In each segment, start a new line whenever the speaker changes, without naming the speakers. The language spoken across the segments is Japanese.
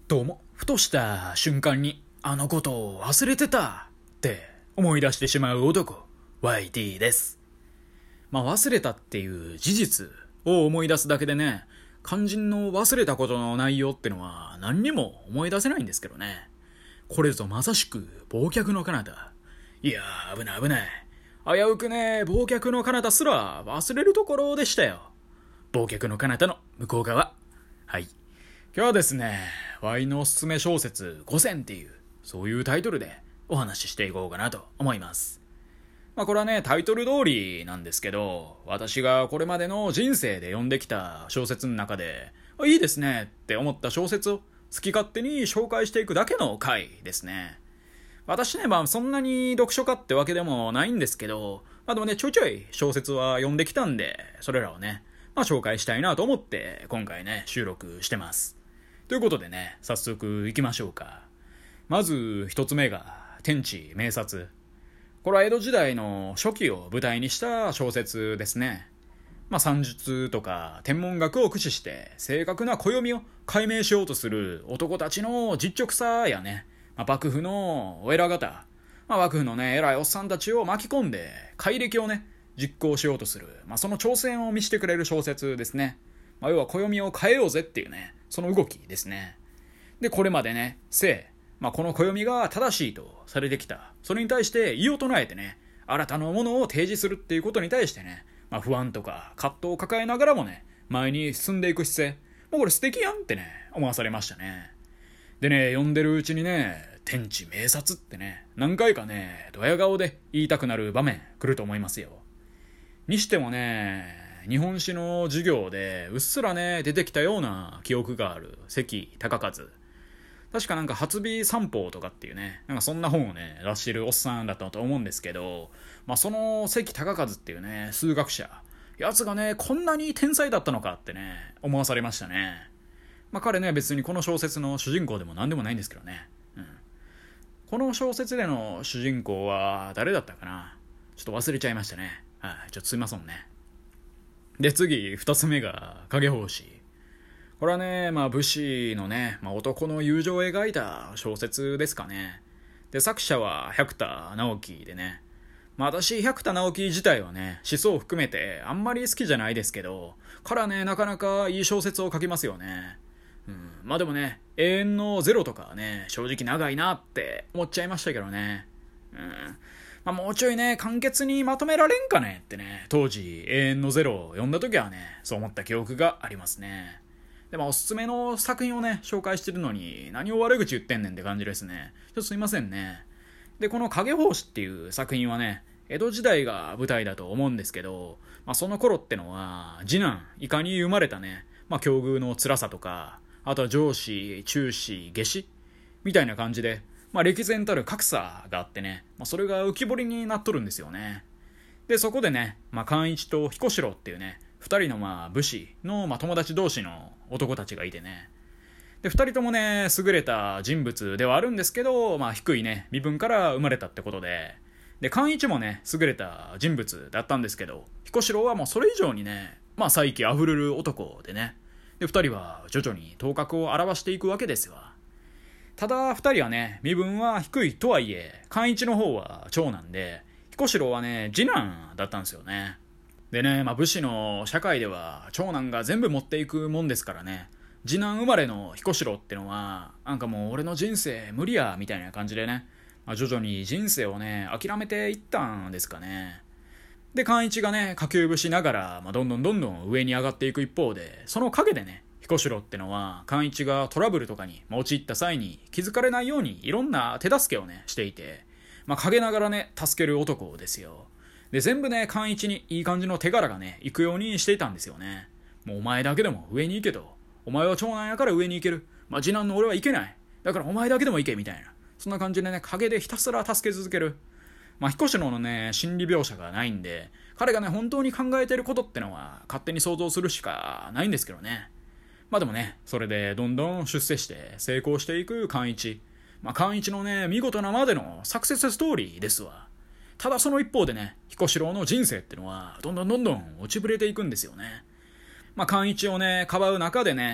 どうも、ふとした瞬間にあのことを忘れてたって思い出してしまう男、YT です。忘れたっていう事実を思い出すだけでね、肝心の忘れたことの内容ってのは何にも思い出せないんですけどね。これぞまさしく忘却の彼方。いやー、危ない危ない。危うくね、忘却の彼方すら忘れるところでしたよ。忘却の彼方の向こう側。はい。今日はですね、Y のおすすめ小説5選っていう、そういうタイトルでお話ししていこうかなと思います。これはね、タイトル通りなんですけど、私がこれまでの人生で読んできた小説の中で、いいですねって思った小説を好き勝手に紹介していくだけの回ですね。私ね、そんなに読書家ってわけでもないんですけど、でもね、ちょいちょい小説は読んできたんで、それらをね、紹介したいなと思って今回ね、収録してます。ということでね、早速行きましょうか。まず一つ目が天地明察。これは江戸時代の初期を舞台にした小説ですね。算術とか天文学を駆使して正確な暦を解明しようとする男たちの実直さやね、幕府のお偉方、幕府のね、偉いおっさんたちを巻き込んで改暦をね、実行しようとする、その挑戦を見せてくれる小説ですね。要は暦を変えようぜっていうね、その動きですね。で、これまでね、この暦が正しいとされてきた。それに対して異を唱えてね、新たなものを提示するっていうことに対してね、不安とか葛藤を抱えながらもね、前に進んでいく姿勢。これ素敵やんってね、思わされましたね。でね、読んでるうちにね、天地明察ってね、何回かね、ドヤ顔で言いたくなる場面来ると思いますよ。にしてもね、日本史の授業でうっすらね出てきたような記憶がある関孝和。確か初美三法とかっていうね、そんな本をね出してるおっさんだったと思うんですけど、その関孝和っていうね数学者やつがねこんなに天才だったのかってね思わされましたね。彼ね別にこの小説の主人公でも何でもないんですけどね、この小説での主人公は誰だったかな、ちょっと忘れちゃいましたね。ちょっとすいませんね。で、次、二つ目が、影法師。これはね、武士のね、男の友情を描いた小説ですかね。で、作者は百田直樹でね。私、百田直樹自体はね、思想を含めてあんまり好きじゃないですけど、彼はね、なかなかいい小説を書きますよね。でもね、永遠のゼロとかはね、正直長いなって思っちゃいましたけどね。もうちょいね、簡潔にまとめられんかねってね、当時、永遠のゼロを読んだ時はね、そう思った記憶がありますね。で、おすすめの作品をね、紹介してるのに、何を悪口言ってんねんって感じですね。ちょっとすいませんね。で、この影法師っていう作品はね、江戸時代が舞台だと思うんですけど、その頃ってのは、次男、いかに生まれたね、境遇の辛さとか、あとは上司、中司、下司みたいな感じで、歴然たる格差があってね、それが浮き彫りになっとるんですよね。で、そこでね、寛一と彦四郎っていうね、二人の武士の友達同士の男たちがいてね。で、二人ともね、優れた人物ではあるんですけど、低いね、身分から生まれたってことで、で、寛一もね、優れた人物だったんですけど、彦四郎はもうそれ以上にね、才気あふれる男でね。で、二人は徐々に頭角を現していくわけですわ。ただ二人はね、身分は低いとはいえ、寛一の方は長男で、彦四郎はね、次男だったんですよね。でね、武士の社会では長男が全部持っていくもんですからね、次男生まれの彦四郎ってのは、もう俺の人生無理や、みたいな感じでね、徐々に人生をね、諦めていったんですかね。で、寛一がね、下級武士ながら、どんどん上に上がっていく一方で、その陰でね、彦四郎ってのは寛一がトラブルとかに陥った際に気づかれないようにいろんな手助けをねしていて、陰ながらね助ける男ですよ。で、全部ね寛一にいい感じの手柄がね行くようにしていたんですよね。もうお前だけでも上に行けと、お前は長男やから上に行ける、次男の俺は行けない、だからお前だけでも行けみたいな、そんな感じでね陰でひたすら助け続ける。彦四郎のね心理描写がないんで、彼がね本当に考えてることってのは勝手に想像するしかないんですけどね。でもね、それでどんどん出世して成功していく寛一。寛一のね、見事なまでのサクセスストーリーですわ。ただその一方でね、彦四郎の人生ってのはどんどん落ちぶれていくんですよね。寛一をね、かばう中でね、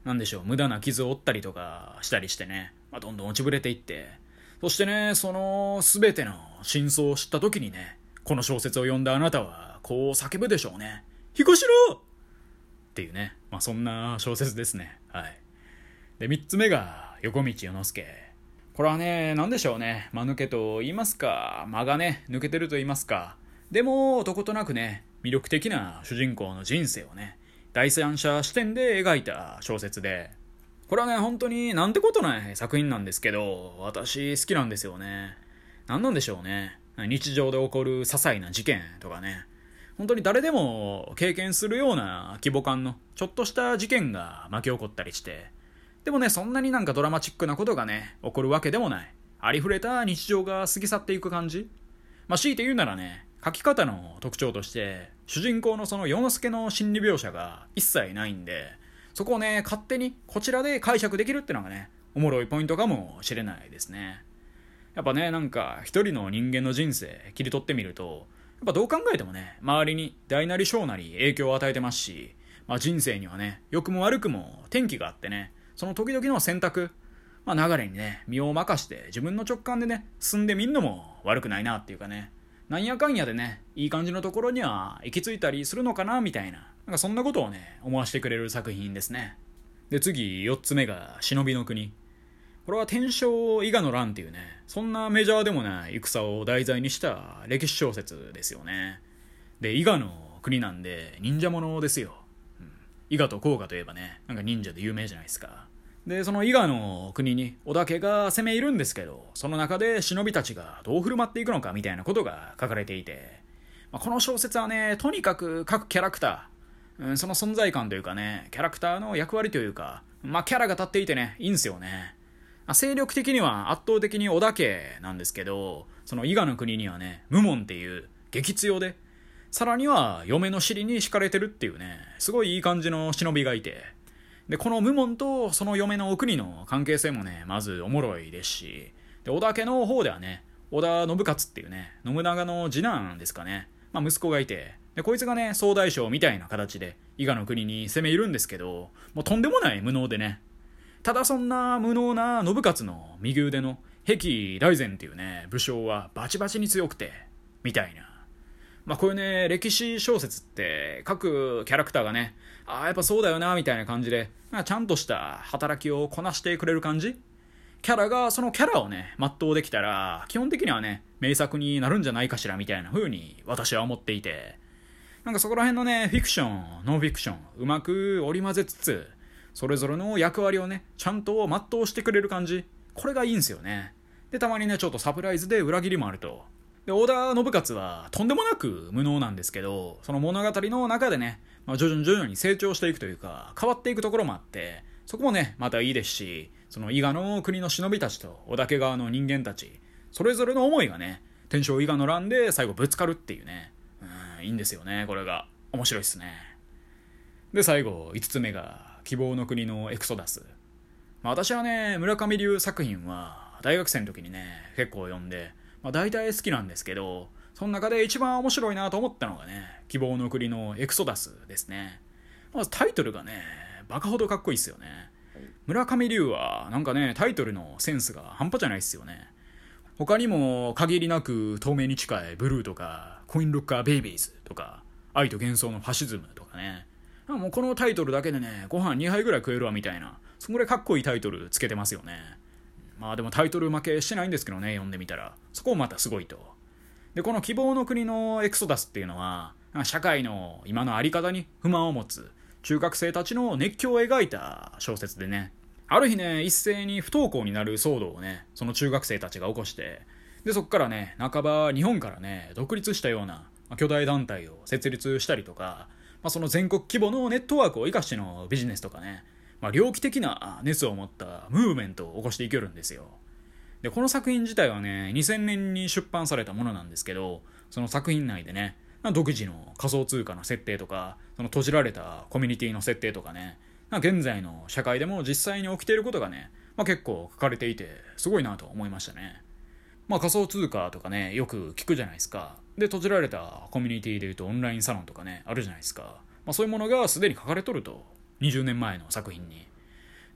なんでしょう、無駄な傷を負ったりとかしたりしてね、どんどん落ちぶれていって、そしてね、その全ての真相を知った時にね、この小説を読んだあなたはこう叫ぶでしょうね。彦四郎っていうね、そんな小説ですね。はい。で、3つ目が横道世之助。これはね、なんでしょうね、間抜けと言いますか、間がね抜けてると言いますか、でも男となくね、魅力的な主人公の人生をね、第三者視点で描いた小説で、これはね、本当になんてことない作品なんですけど、私好きなんですよね。なんなんでしょうね、日常で起こる些細な事件とかね、本当に誰でも経験するような規模感のちょっとした事件が巻き起こったりして、でもね、そんなになんかドラマチックなことがね起こるわけでもない、ありふれた日常が過ぎ去っていく感じ。強いて言うならね、書き方の特徴として主人公のその世之助の心理描写が一切ないんで、そこをね勝手にこちらで解釈できるってのがね、おもろいポイントかもしれないですね。やっぱね、なんか一人の人間の人生切り取ってみると、やっぱどう考えてもね、周りに大なり小なり影響を与えてますし、人生にはね、良くも悪くも転機があってね、その時々の選択、流れにね身を任して自分の直感でね進んでみんのも悪くないなっていうかね、なんやかんやでねいい感じのところには行き着いたりするのかなみたいな、なんかそんなことをね思わせてくれる作品ですね。で、次4つ目が忍びの国。これは天正伊賀の乱っていうね、そんなメジャーでもない戦を題材にした歴史小説ですよね。で、伊賀の国なんで忍者ものですよ。伊賀と甲賀といえばね、なんか忍者で有名じゃないですか。で、その伊賀の国に織田家が攻め入るんですけど、その中で忍びたちがどう振る舞っていくのかみたいなことが書かれていて、この小説はね、とにかく各キャラクター、その存在感というかね、キャラクターの役割というか、キャラが立っていてね、いいんすよね。勢力的には圧倒的に織田家なんですけど、その伊賀の国にはね、謀門っていう激強で、さらには嫁の尻に敷かれてるっていうね、すごいいい感じの忍びがいて、で、この謀門とその嫁のお国の関係性もね、まずおもろいですし、で、織田家の方ではね、織田信勝っていうね、信長の次男ですかね、息子がいて、で、こいつがね、総大将みたいな形で伊賀の国に攻め入るんですけど、もうとんでもない無能でね、ただそんな無能な信勝の右腕の壁大善っていうね、武将はバチバチに強くて、みたいな。こういうね、歴史小説って各キャラクターがね、やっぱそうだよなみたいな感じで、ちゃんとした働きをこなしてくれる感じ。キャラがそのキャラをね全うできたら、基本的にはね名作になるんじゃないかしらみたいな風に私は思っていて、なんかそこら辺のねフィクションノンフィクションうまく織り交ぜつつ、それぞれの役割をねちゃんと全うしてくれる感じ、これがいいんですよね。で、たまにねちょっとサプライズで裏切りもあると。で、織田信勝はとんでもなく無能なんですけど、その物語の中でね、徐々に成長していくというか変わっていくところもあって、そこもねまたいいですし、その伊賀の国の忍びたちと織田家側の人間たち、それぞれの思いがね天正伊賀の乱で最後ぶつかるっていうね、いいんですよね。これが面白いっすね。で、最後5つ目が希望の国のエクソダス。私はね村上龍作品は大学生の時にね結構読んで、大体好きなんですけど、その中で一番面白いなと思ったのがね希望の国のエクソダスですね。まずタイトルがねバカほどかっこいいっすよね。村上龍はなんかねタイトルのセンスが半端じゃないっすよね。他にも限りなく透明に近いブルーとかコインロッカーベイビーズとか愛と幻想のファシズムとかね、もうこのタイトルだけでねご飯2杯ぐらい食えるわみたいな、そんぐらいかっこいいタイトルつけてますよね。でもタイトル負けしてないんですけどね、読んでみたらそこもまたすごいと。で、この希望の国のエクソダスっていうのは社会の今のあり方に不満を持つ中学生たちの熱狂を描いた小説でね、ある日ね一斉に不登校になる騒動をねその中学生たちが起こして、でそこからね半ば日本からね独立したような巨大団体を設立したりとか、その全国規模のネットワークを生かしてのビジネスとかね、猟奇的な熱を持ったムーブメントを起こしていけるんですよ。で、この作品自体はね2000年に出版されたものなんですけど、その作品内でね独自の仮想通貨の設定とか、その閉じられたコミュニティの設定とかね、現在の社会でも実際に起きていることがね、結構書かれていてすごいなと思いましたね。仮想通貨とかねよく聞くじゃないですか。で、閉じられたコミュニティでいうとオンラインサロンとかねあるじゃないですか。そういうものがすでに書かれとると、20年前の作品に。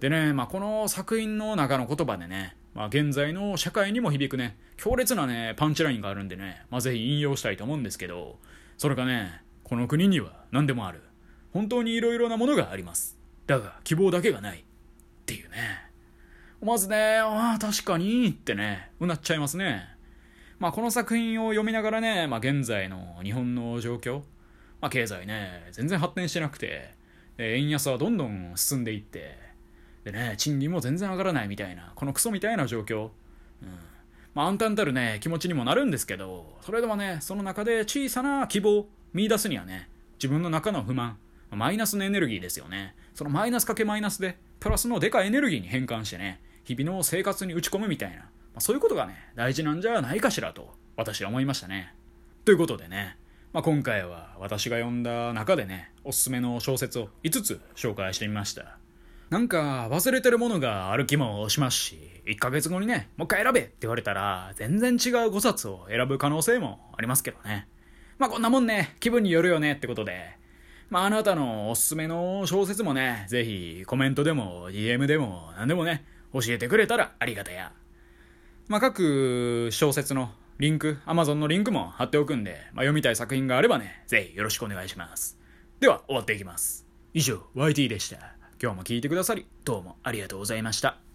でね、この作品の中の言葉でね、現在の社会にも響くね、強烈なね、パンチラインがあるんでね、ぜひ引用したいと思うんですけど、それがね、この国には何でもある。本当にいろいろなものがあります。だが、希望だけがない。っていうね。まずね、確かにってね、うなっちゃいますね。この作品を読みながらね、現在の日本の状況、経済ね、全然発展してなくて、円安はどんどん進んでいって、でね、賃金も全然上がらないみたいな、このクソみたいな状況。暗淡たるね、気持ちにもなるんですけど、それでもね、その中で小さな希望を見出すにはね、自分の中の不満、マイナスのエネルギーですよね。そのマイナスかけマイナスで、プラスのでかいエネルギーに変換してね、日々の生活に打ち込むみたいな、そういうことがね、大事なんじゃないかしらと、私は思いましたね。ということでね、今回は私が読んだ中でね、おすすめの小説を5つ紹介してみました。なんか忘れてるものがある気もしますし、1ヶ月後にね、もう一回選べって言われたら、全然違う5冊を選ぶ可能性もありますけどね。こんなもんね、気分によるよねってことで、あなたのおすすめの小説もね、ぜひコメントでも DM でも何でもね、教えてくれたらありがたや。各小説のリンク、Amazon のリンクも貼っておくんで、読みたい作品があればね、ぜひよろしくお願いします。では、終わっていきます。以上、YT でした。今日も聞いてくださり、どうもありがとうございました。